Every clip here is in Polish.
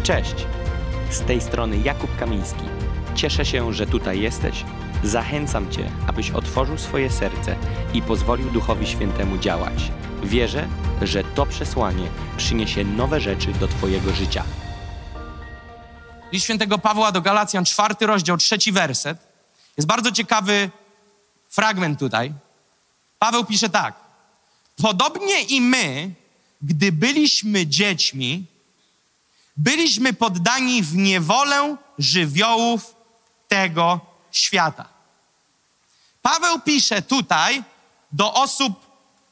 Cześć! Z tej strony Jakub Kamiński. Cieszę się, że tutaj jesteś. Zachęcam Cię, abyś otworzył swoje serce i pozwolił Duchowi Świętemu działać. Wierzę, że to przesłanie przyniesie nowe rzeczy do Twojego życia. List świętego Pawła do Galacjan, 4 rozdział, 3 werset. Jest bardzo ciekawy fragment tutaj. Paweł pisze tak. Podobnie i my, gdy byliśmy dziećmi, byliśmy poddani w niewolę żywiołów tego świata. Paweł pisze tutaj do osób,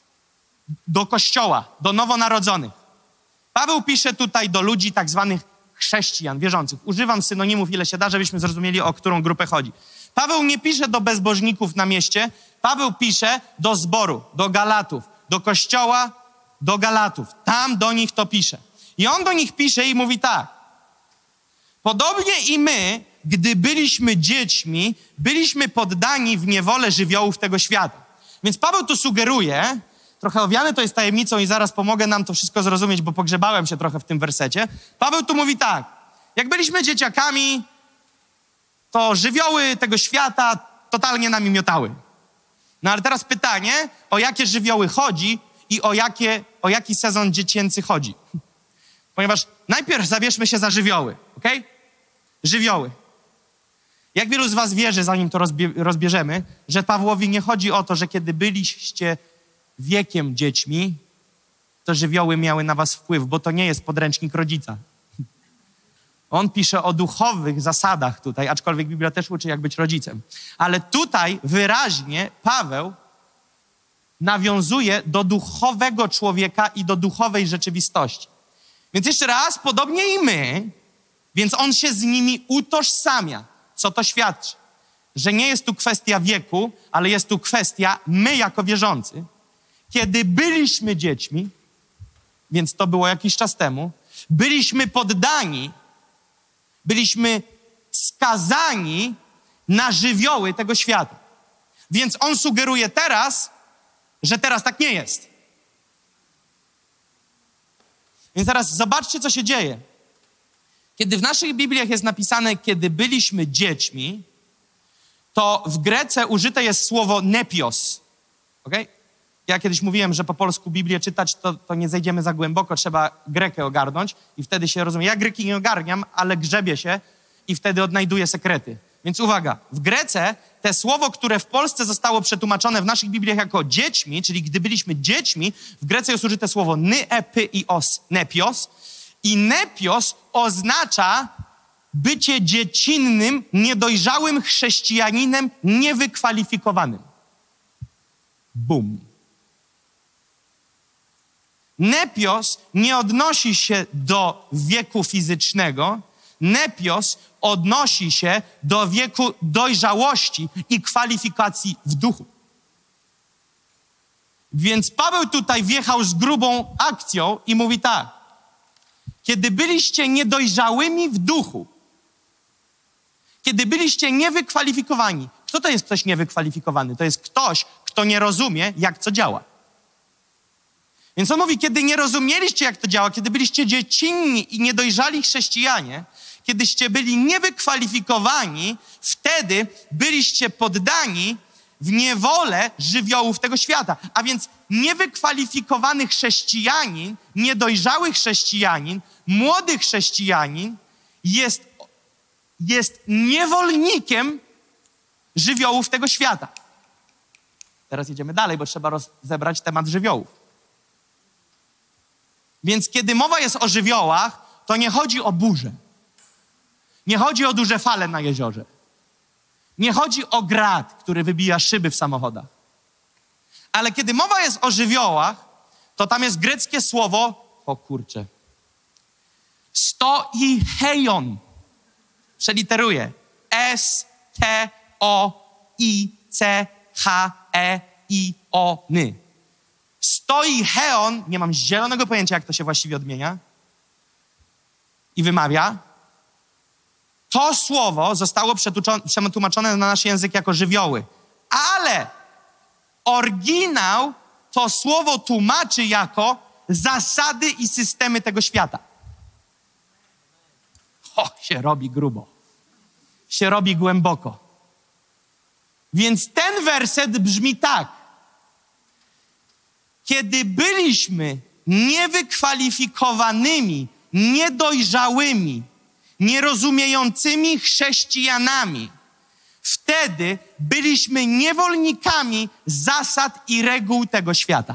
do Kościoła, do nowonarodzonych. Paweł pisze tutaj do ludzi tak zwanych chrześcijan, wierzących. Używam synonimów, ile się da, żebyśmy zrozumieli, o którą grupę chodzi. Paweł nie pisze do bezbożników na mieście, Paweł pisze do zboru, do Galatów, do Kościoła, do Galatów. Tam do nich to pisze. I on do nich pisze i mówi tak. Podobnie i my, gdy byliśmy dziećmi, byliśmy poddani w niewolę żywiołów tego świata. Więc Paweł tu sugeruje, trochę owiane to jest tajemnicą i zaraz pomogę nam to wszystko zrozumieć, bo pogrzebałem się trochę w tym wersecie. Paweł tu mówi tak. Jak byliśmy dzieciakami, to żywioły tego świata totalnie nami miotały. No ale teraz pytanie, o jakie żywioły chodzi i o jaki sezon dziecięcy chodzi. Ponieważ najpierw zabierzmy się za żywioły, okej? Żywioły. Jak wielu z was wierzy, zanim to rozbierzemy, że Pawłowi nie chodzi o to, że kiedy byliście wiekiem dziećmi, to żywioły miały na was wpływ, bo to nie jest podręcznik rodzica. On pisze o duchowych zasadach tutaj, aczkolwiek Biblia też uczy, jak być rodzicem. Ale tutaj wyraźnie Paweł nawiązuje do duchowego człowieka i do duchowej rzeczywistości. Więc jeszcze raz, podobnie i my, więc on się z nimi utożsamia. Co to świadczy? Że nie jest tu kwestia wieku, ale jest tu kwestia my jako wierzący. Kiedy byliśmy dziećmi, więc to było jakiś czas temu, byliśmy poddani, byliśmy skazani na żywioły tego świata. Więc on sugeruje teraz, że teraz tak nie jest. Więc teraz zobaczcie, co się dzieje. Kiedy w naszych Bibliach jest napisane, kiedy byliśmy dziećmi, to w Grece użyte jest słowo nepios. Okay? Ja kiedyś mówiłem, że po polsku Biblię czytać, to nie zejdziemy za głęboko, trzeba Grekę ogarnąć i wtedy się rozumie. Ja Greki nie ogarniam, ale grzebię się i wtedy odnajduję sekrety. Więc uwaga, w Grece te słowo, które w Polsce zostało przetłumaczone w naszych Bibliach jako dziećmi, czyli gdy byliśmy dziećmi, w Grece jest użyte słowo nepios, nepios. I nepios oznacza bycie dziecinnym, niedojrzałym chrześcijaninem, niewykwalifikowanym. Bum. Nepios nie odnosi się do wieku fizycznego, nepios odnosi się do wieku dojrzałości i kwalifikacji w duchu. Więc Paweł tutaj wjechał z grubą akcją i mówi tak. Kiedy byliście niedojrzałymi w duchu, kiedy byliście niewykwalifikowani. Kto to jest ktoś niewykwalifikowany? To jest ktoś, kto nie rozumie, jak co działa. Więc on mówi, kiedy nie rozumieliście, jak to działa, kiedy byliście dziecinni i niedojrzali chrześcijanie, kiedyście byli niewykwalifikowani, wtedy byliście poddani w niewolę żywiołów tego świata. A więc niewykwalifikowany chrześcijanin, niedojrzały chrześcijanin, młody chrześcijanin jest niewolnikiem żywiołów tego świata. Teraz jedziemy dalej, bo trzeba rozebrać temat żywiołów. Więc kiedy mowa jest o żywiołach, to nie chodzi o burzę. Nie chodzi o duże fale na jeziorze. Nie chodzi o grad, który wybija szyby w samochodach. Ale kiedy mowa jest o żywiołach, to tam jest greckie słowo, stoicheion. Przeliteruję. S-T-O-I-C-H-E-I-O-N. Stoicheon, nie mam zielonego pojęcia, jak to się właściwie odmienia i wymawia. To słowo zostało przetłumaczone na nasz język jako żywioły. Ale oryginał to słowo tłumaczy jako zasady i systemy tego świata. się robi grubo. Się robi głęboko. Więc ten werset brzmi tak. Kiedy byliśmy niewykwalifikowanymi, niedojrzałymi, nierozumiejącymi chrześcijanami, wtedy byliśmy niewolnikami zasad i reguł tego świata.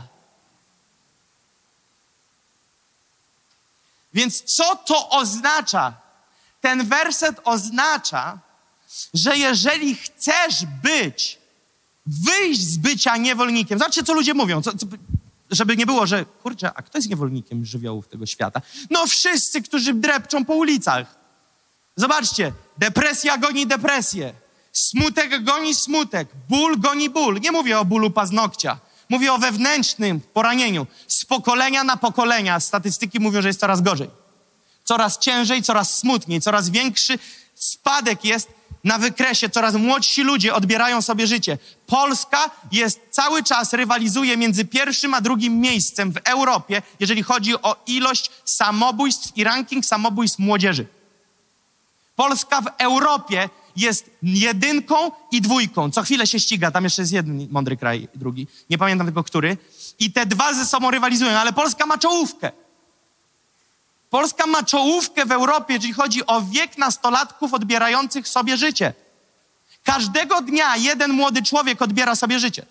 Więc co to oznacza? Ten werset oznacza, że jeżeli chcesz wyjść z bycia niewolnikiem, zobaczcie, co ludzie mówią, żeby nie było, że kurczę, a kto jest niewolnikiem żywiołów tego świata? No wszyscy, którzy drepczą po ulicach. Zobaczcie, depresja goni depresję, smutek goni smutek, ból goni ból. Nie mówię o bólu paznokcia, mówię o wewnętrznym poranieniu. Z pokolenia na pokolenia statystyki mówią, że jest coraz gorzej. Coraz ciężej, coraz smutniej, coraz większy spadek jest na wykresie, coraz młodsi ludzie odbierają sobie życie. Polska cały czas rywalizuje między pierwszym a drugim miejscem w Europie, jeżeli chodzi o ilość samobójstw i ranking samobójstw młodzieży. Polska w Europie jest 1 i 2. Co chwilę się ściga, tam jeszcze jest jeden mądry kraj, drugi. Nie pamiętam tylko który. I te dwa ze sobą rywalizują, ale Polska ma czołówkę. Polska ma czołówkę w Europie, jeżeli chodzi o wiek nastolatków odbierających sobie życie. Każdego dnia jeden młody człowiek odbiera sobie życie.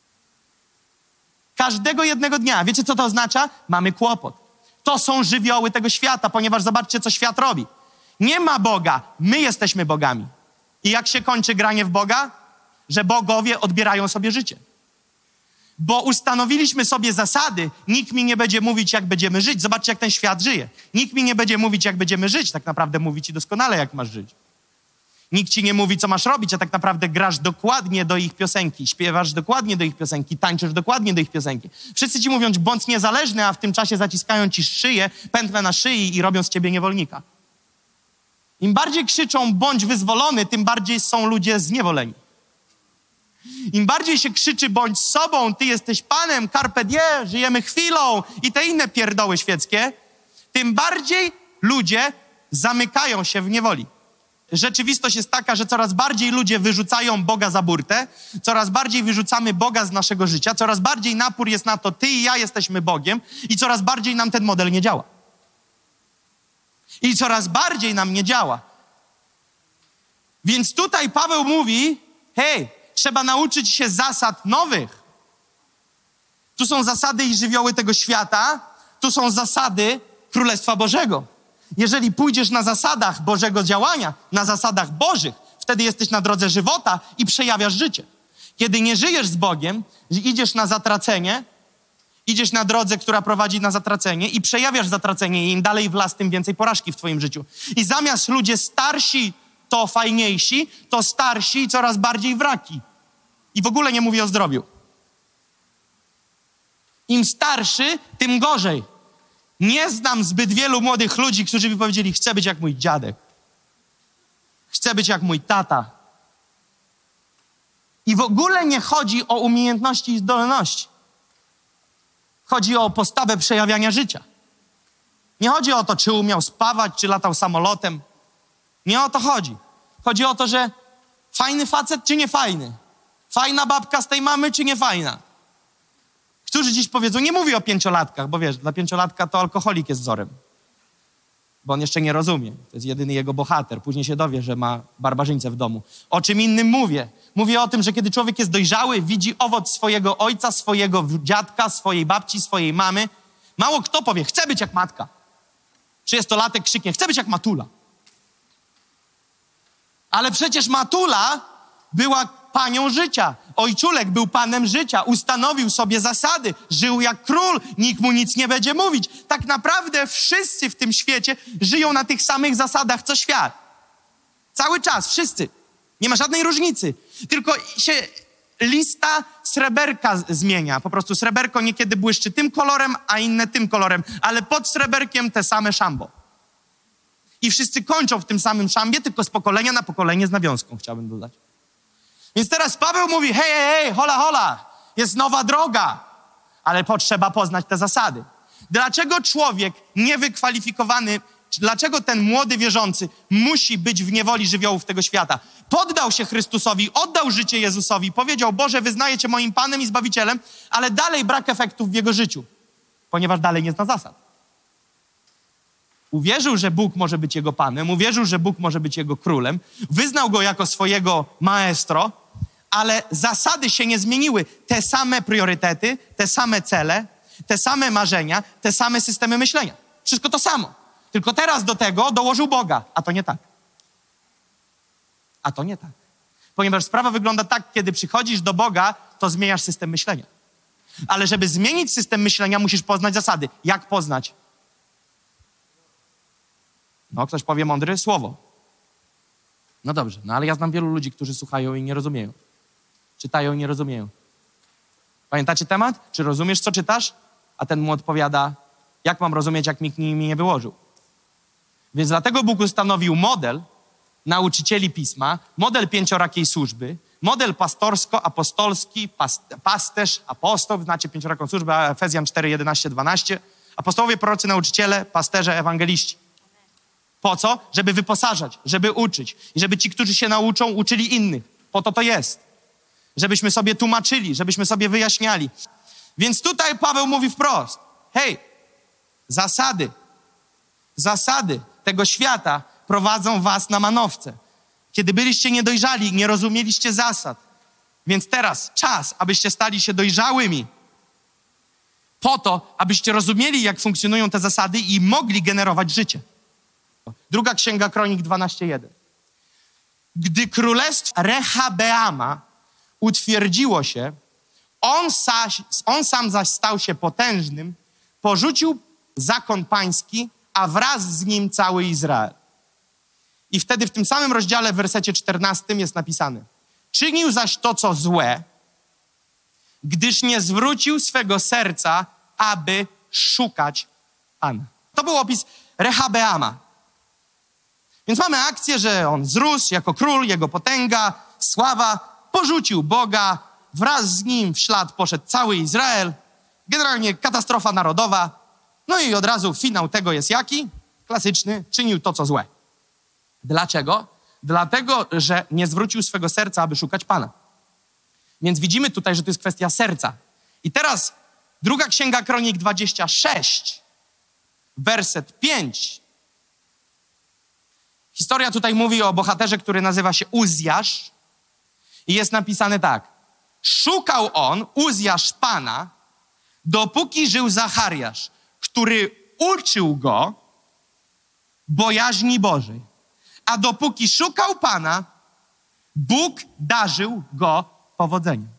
Każdego jednego dnia. Wiecie, co to oznacza? Mamy kłopot. To są żywioły tego świata, ponieważ zobaczcie, co świat robi. Nie ma Boga, my jesteśmy bogami. I jak się kończy granie w Boga? Że bogowie odbierają sobie życie. Bo ustanowiliśmy sobie zasady, nikt mi nie będzie mówić, jak będziemy żyć. Zobaczcie, jak ten świat żyje. Nikt mi nie będzie mówić, jak będziemy żyć. Tak naprawdę mówi ci doskonale, jak masz żyć. Nikt ci nie mówi, co masz robić, a tak naprawdę grasz dokładnie do ich piosenki, śpiewasz dokładnie do ich piosenki, tańczysz dokładnie do ich piosenki. Wszyscy ci mówią, bądź niezależny, a w tym czasie zaciskają ci szyję, pętlę na szyi i robią z ciebie niewolnika. Im bardziej krzyczą, bądź wyzwolony, tym bardziej są ludzie zniewoleni. Im bardziej się krzyczy, bądź sobą, ty jesteś Panem, carpe diem, żyjemy chwilą i te inne pierdoły świeckie, tym bardziej ludzie zamykają się w niewoli. Rzeczywistość jest taka, że coraz bardziej ludzie wyrzucają Boga za burtę, coraz bardziej wyrzucamy Boga z naszego życia, coraz bardziej napór jest na to, ty i ja jesteśmy Bogiem i coraz bardziej nam ten model nie działa. I coraz bardziej nam nie działa. Więc tutaj Paweł mówi, hej, trzeba nauczyć się zasad nowych. Tu są zasady i żywioły tego świata, tu są zasady Królestwa Bożego. Jeżeli pójdziesz na zasadach Bożego działania, na zasadach Bożych, wtedy jesteś na drodze żywota i przejawiasz życie. Kiedy nie żyjesz z Bogiem, idziesz na zatracenie, idziesz na drodze, która prowadzi na zatracenie i przejawiasz zatracenie i im dalej w las, tym więcej porażki w twoim życiu. I zamiast ludzie starsi to fajniejsi, to starsi i coraz bardziej wraki. I w ogóle nie mówię o zdrowiu. Im starszy, tym gorzej. Nie znam zbyt wielu młodych ludzi, którzy by powiedzieli, chcę być jak mój dziadek. Chcę być jak mój tata. I w ogóle nie chodzi o umiejętności i zdolności. Chodzi o postawę przejawiania życia. Nie chodzi o to, czy umiał spawać, czy latał samolotem. Nie o to chodzi. Chodzi o to, że fajny facet, czy nie fajny? Fajna babka z tej mamy, czy nie fajna? Którzy dziś powiedzą, nie mówię o 5-latkach, bo wiesz, dla 5-latka to alkoholik jest wzorem. Bo on jeszcze nie rozumie. To jest jedyny jego bohater. Później się dowie, że ma barbarzyńcę w domu. O czym innym mówię? Mówię o tym, że kiedy człowiek jest dojrzały, widzi owoc swojego ojca, swojego dziadka, swojej babci, swojej mamy. Mało kto powie, chcę być jak matka. 30-latek krzyknie, chcę być jak Matula. Ale przecież Matula była panią życia. Ojczulek był panem życia. Ustanowił sobie zasady. Żył jak król. Nikt mu nic nie będzie mówić. Tak naprawdę wszyscy w tym świecie żyją na tych samych zasadach, co świat. Cały czas. Wszyscy. Nie ma żadnej różnicy. Tylko się lista sreberka zmienia. Po prostu sreberko niekiedy błyszczy tym kolorem, a inne tym kolorem. Ale pod sreberkiem te same szambo. I wszyscy kończą w tym samym szambie, tylko z pokolenia na pokolenie z nawiązką, chciałbym dodać. Więc teraz Paweł mówi, hej, hola, jest nowa droga, ale potrzeba poznać te zasady. Dlaczego człowiek niewykwalifikowany dlaczego ten młody wierzący musi być w niewoli żywiołów tego świata. Poddał się Chrystusowi, oddał życie Jezusowi, powiedział: Boże, wyznaję Cię moim Panem i Zbawicielem, ale dalej brak efektów w jego życiu, ponieważ dalej nie zna zasad. Uwierzył, że Bóg może być jego Panem, uwierzył, że Bóg może być jego królem, wyznał go jako swojego maestro, ale zasady się nie zmieniły. Te same priorytety, te same cele, te same marzenia, te same systemy myślenia. Wszystko to samo. Tylko teraz do tego dołożył Boga, a to nie tak. A to nie tak. Ponieważ sprawa wygląda tak, kiedy przychodzisz do Boga, to zmieniasz system myślenia. Ale żeby zmienić system myślenia, musisz poznać zasady. Jak poznać? No, ktoś powie mądre słowo. No dobrze, no ale ja znam wielu ludzi, którzy słuchają i nie rozumieją. Czytają i nie rozumieją. Pamiętacie temat? Czy rozumiesz, co czytasz? A ten mu odpowiada: jak mam rozumieć, jak nikt mi nie wyłożył? Więc dlatego Bóg ustanowił model nauczycieli Pisma, model 5-rakiej służby, model pastorsko-apostolski, pasterz, apostoł, znacie 5-raką służbę, Efezjan 4, 11, 12. Apostołowie, prorocy, nauczyciele, pasterze, ewangeliści. Po co? Żeby wyposażać, żeby uczyć. I żeby ci, którzy się nauczą, uczyli innych. Po to jest. Żebyśmy sobie tłumaczyli, żebyśmy sobie wyjaśniali. Więc tutaj Paweł mówi wprost: hej, zasady tego świata prowadzą was na manowce. Kiedy byliście niedojrzali, nie rozumieliście zasad. Więc teraz czas, abyście stali się dojrzałymi. Po to, abyście rozumieli, jak funkcjonują te zasady i mogli generować życie. Druga Księga Kronik 12:1. Gdy królestwo Rehabeama utwierdziło się, on sam zaś stał się potężnym, porzucił zakon pański, a wraz z nim cały Izrael. I wtedy w tym samym rozdziale w wersecie 14 jest napisane: czynił zaś to, co złe, gdyż nie zwrócił swego serca, aby szukać Pana. To był opis Rehabeama. Więc mamy akcję, że on wzrósł jako król, jego potęga, sława, porzucił Boga, wraz z nim w ślad poszedł cały Izrael. Generalnie katastrofa narodowa. No i od razu finał tego jest jaki? Klasyczny: czynił to, co złe. Dlaczego? Dlatego, że nie zwrócił swego serca, aby szukać Pana. Więc widzimy tutaj, że to jest kwestia serca. I teraz druga Księga Kronik 26, werset 5. Historia tutaj mówi o bohaterze, który nazywa się Uzjasz. I jest napisane tak: szukał on, Uzjasz, Pana, dopóki żył Zachariasz, który uczył go bojaźni Bożej. A dopóki szukał Pana, Bóg darzył go powodzeniem.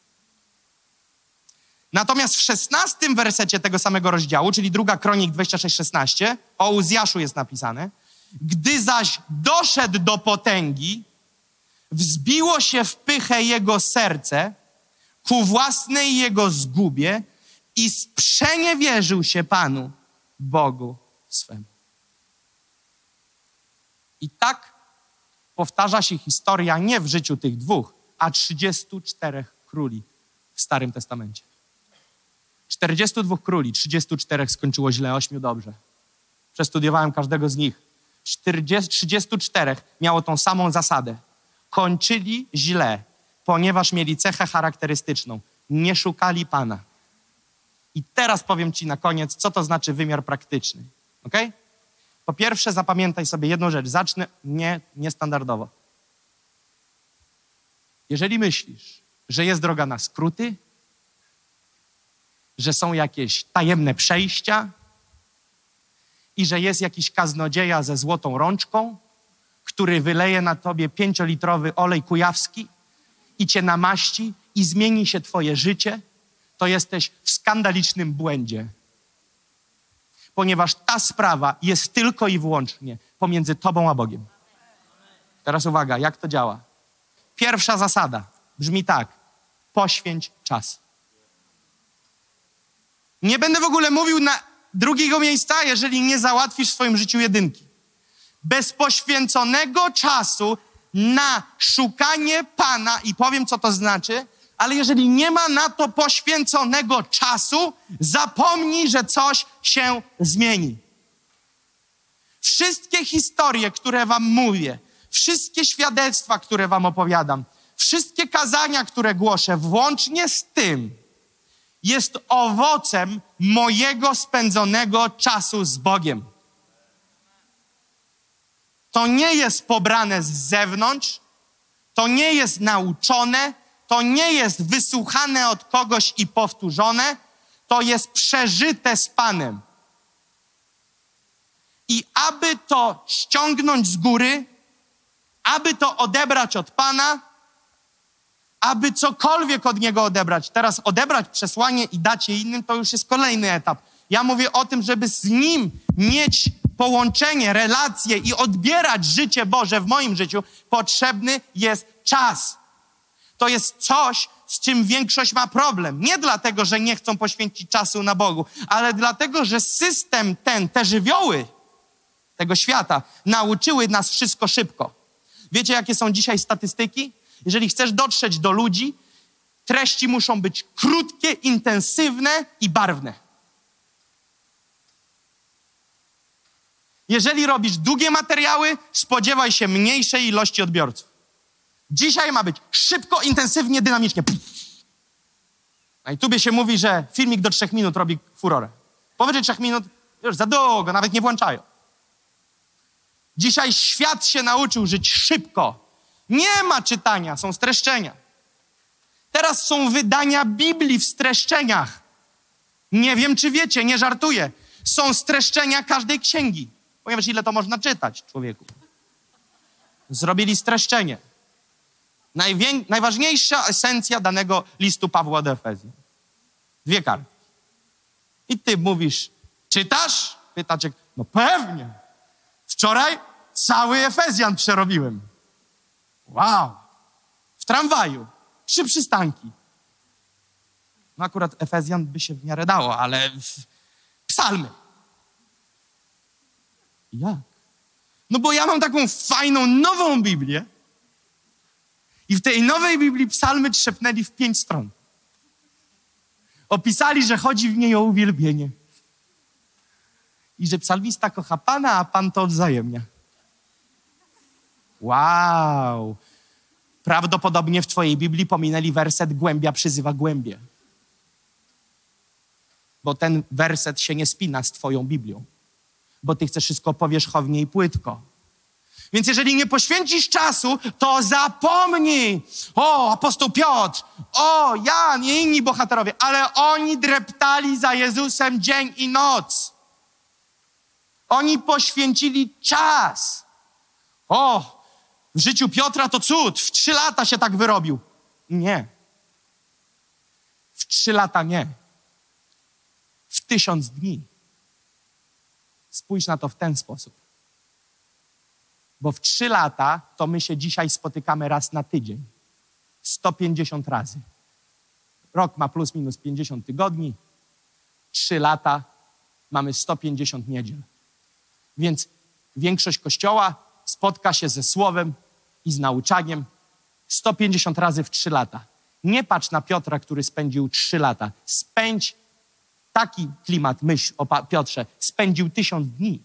Natomiast w 16 wersecie tego samego rozdziału, czyli druga Kronik 26:16, o Uzjaszu jest napisane: gdy zaś doszedł do potęgi, wzbiło się w pychę jego serce ku własnej jego zgubie i sprzeniewierzył się Panu, Bogu swemu. I tak powtarza się historia nie w życiu tych dwóch, a 34 króli w Starym Testamencie. 42 króli, 34 skończyło źle, 8 dobrze. Przestudiowałem każdego z nich. 34 miało tą samą zasadę. Kończyli źle, ponieważ mieli cechę charakterystyczną. Nie szukali Pana. I teraz powiem ci na koniec, co to znaczy wymiar praktyczny. Okej? Po pierwsze, zapamiętaj sobie jedną rzecz. Zacznę niestandardowo. Jeżeli myślisz, że jest droga na skróty, że są jakieś tajemne przejścia i że jest jakiś kaznodzieja ze złotą rączką, który wyleje na tobie 5-litrowy olej kujawski i cię namaści i zmieni się twoje życie, to jesteś w skandalicznym błędzie. Ponieważ ta sprawa jest tylko i wyłącznie pomiędzy tobą a Bogiem. Teraz uwaga, jak to działa? Pierwsza zasada brzmi tak: poświęć czas. Nie będę w ogóle mówił na drugiego miejsca, jeżeli nie załatwisz w swoim życiu jedynki. Bez poświęconego czasu na szukanie Pana, i powiem, co to znaczy, ale jeżeli nie ma na to poświęconego czasu, zapomnij, że coś się zmieni. Wszystkie historie, które wam mówię, wszystkie świadectwa, które wam opowiadam, wszystkie kazania, które głoszę, włącznie z tym, jest owocem mojego spędzonego czasu z Bogiem. To nie jest pobrane z zewnątrz, to nie jest nauczone, to nie jest wysłuchane od kogoś i powtórzone, to jest przeżyte z Panem. I aby to ściągnąć z góry, aby to odebrać od Pana, aby cokolwiek od Niego odebrać. Teraz odebrać przesłanie i dać je innym, to już jest kolejny etap. Ja mówię o tym, żeby z Nim mieć połączenie, relacje i odbierać życie Boże w moim życiu, potrzebny jest czas. To jest coś, z czym większość ma problem. Nie dlatego, że nie chcą poświęcić czasu na Bogu, ale dlatego, że system te żywioły tego świata nauczyły nas wszystko szybko. Wiecie, jakie są dzisiaj statystyki? Jeżeli chcesz dotrzeć do ludzi, treści muszą być krótkie, intensywne i barwne. Jeżeli robisz długie materiały, spodziewaj się mniejszej ilości odbiorców. Dzisiaj ma być szybko, intensywnie, dynamicznie. Na YouTubie się mówi, że filmik do 3 minut robi furorę. Powyżej 3 minut już za długo, nawet nie włączają. Dzisiaj świat się nauczył żyć szybko. Nie ma czytania, są streszczenia. Teraz są wydania Biblii w streszczeniach. Nie wiem, czy wiecie, nie żartuję. Są streszczenia każdej księgi. Ponieważ ile to można czytać, człowieku? Zrobili streszczenie. Najważniejsza esencja danego listu Pawła do Efezjan. 2 kartki. I ty mówisz, czytasz? Pytacie, no pewnie. Wczoraj cały Efezjan przerobiłem. Wow. W tramwaju. 3 przystanki. No akurat Efezjan by się w miarę dało, ale psalmy. Jak? No bo ja mam taką fajną, nową Biblię i w tej nowej Biblii psalmy trzepnęli w 5 stron. Opisali, że chodzi w niej o uwielbienie. I że psalmista kocha Pana, a Pan to odwzajemnia. Wow. Prawdopodobnie w twojej Biblii pominęli werset głębia przyzywa głębie. Bo ten werset się nie spina z twoją Biblią. Bo ty chcesz wszystko powierzchownie i płytko. Więc jeżeli nie poświęcisz czasu, to zapomnij. O, apostoł Piotr, o, Jan i inni bohaterowie, ale oni dreptali za Jezusem dzień i noc. Oni poświęcili czas. O, w życiu Piotra to cud. W 3 lata się tak wyrobił. Nie. W 3 lata nie. W 1000 dni. Spójrz na to w ten sposób. Bo w 3 lata to my się dzisiaj spotykamy raz na tydzień. 150 razy. Rok ma plus minus 50 tygodni. 3 lata mamy 150 niedziel. Więc większość Kościoła spotka się ze Słowem i z nauczaniem 150 razy w 3 lata. Nie patrz na Piotra, który spędził 3 lata. Spędź taki klimat, myśl o Piotrze, spędził 1000 dni,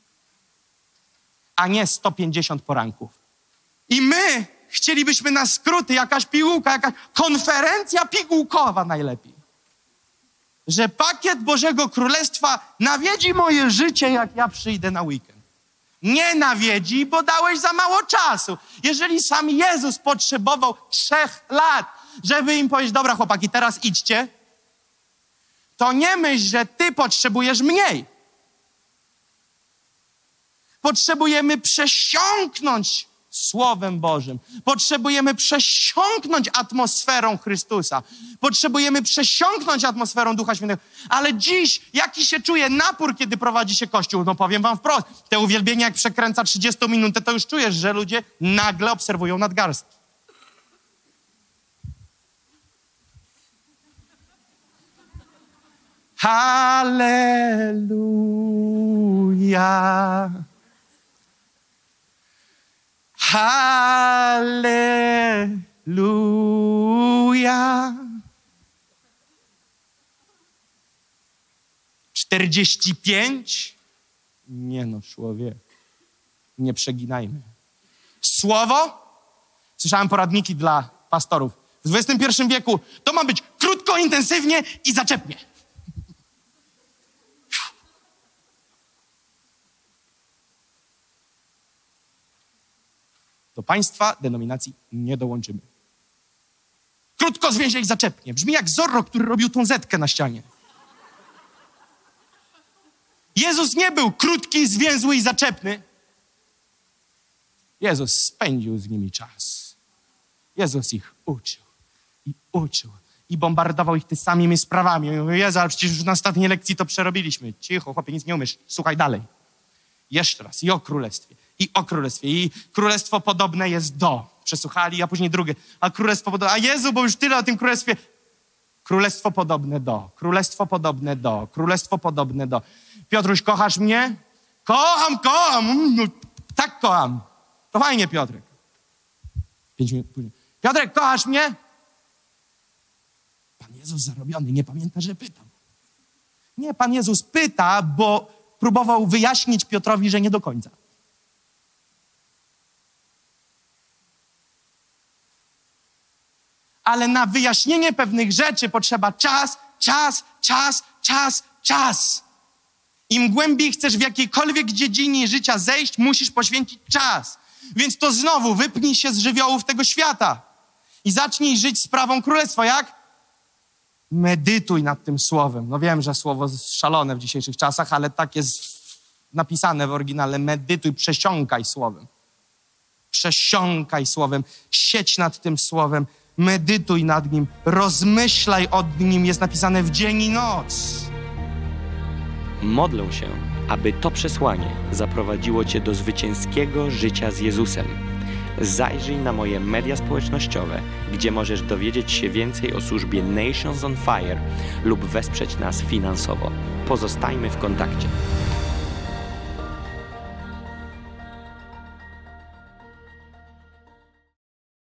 a nie 150 poranków. I my chcielibyśmy na skróty, jakaś pigułka, jakaś konferencja pigułkowa najlepiej. Że pakiet Bożego Królestwa nawiedzi moje życie, jak ja przyjdę na weekend. Nie nawiedzi, bo dałeś za mało czasu. Jeżeli sam Jezus potrzebował 3 lat, żeby im powiedzieć, dobra chłopaki, teraz idźcie, to nie myśl, że ty potrzebujesz mniej. Potrzebujemy przesiąknąć Słowem Bożym. Potrzebujemy przesiąknąć atmosferą Chrystusa. Potrzebujemy przesiąknąć atmosferą Ducha Świętego. Ale dziś, jaki się czuje napór, kiedy prowadzi się Kościół? No powiem wam wprost, te uwielbienie jak przekręca 30 minut, to już czujesz, że ludzie nagle obserwują nadgarstki. Halleluja. Halleluja. 45? Nie no, człowiek. nie przeginajmy. Słowo, słyszałem poradniki dla pastorów, w XXI wieku to ma być krótko, intensywnie i zaczepnie. Do państwa denominacji nie dołączymy. Krótko, zwięźle i zaczepnie. Brzmi jak Zorro, który robił tą zetkę na ścianie. Jezus nie był krótki, zwięzły i zaczepny. Jezus spędził z nimi czas. Jezus ich uczył i bombardował ich tymi samymi sprawami. I mówił, Jezu, ale przecież już na ostatniej lekcji to przerobiliśmy. Cicho, chłopie, nic nie umiesz. Słuchaj dalej. Jeszcze raz. I o królestwie. I królestwo podobne jest do. Przesłuchali, a później drugie. A królestwo podobne. A Jezu, bo już tyle o tym królestwie. Królestwo podobne do. Królestwo podobne do. Królestwo podobne do. Piotruś, kochasz mnie? Kocham. No, tak kocham. To fajnie, Piotrek. 5 minut później. Piotrek, kochasz mnie? Pan Jezus zarobiony, nie pamięta, że pytał. Nie, Pan Jezus pyta, bo próbował wyjaśnić Piotrowi, że nie do końca. Ale na wyjaśnienie pewnych rzeczy potrzeba czas. Im głębiej chcesz w jakiejkolwiek dziedzinie życia zejść, musisz poświęcić czas. Więc to znowu wypnij się z żywiołów tego świata i zacznij żyć sprawą królestwa. Jak? Medytuj nad tym słowem. No wiem, że słowo jest szalone w dzisiejszych czasach, ale tak jest napisane w oryginale. Medytuj, przesiąkaj słowem. Przesiąkaj słowem. Siedź nad tym słowem. Medytuj nad nim. Rozmyślaj o nim. Jest napisane w dzień i noc. Modlę się, aby to przesłanie zaprowadziło Cię do zwycięskiego życia z Jezusem. Zajrzyj na moje media społecznościowe, gdzie możesz dowiedzieć się więcej o służbie Nations on Fire lub wesprzeć nas finansowo. Pozostajmy w kontakcie.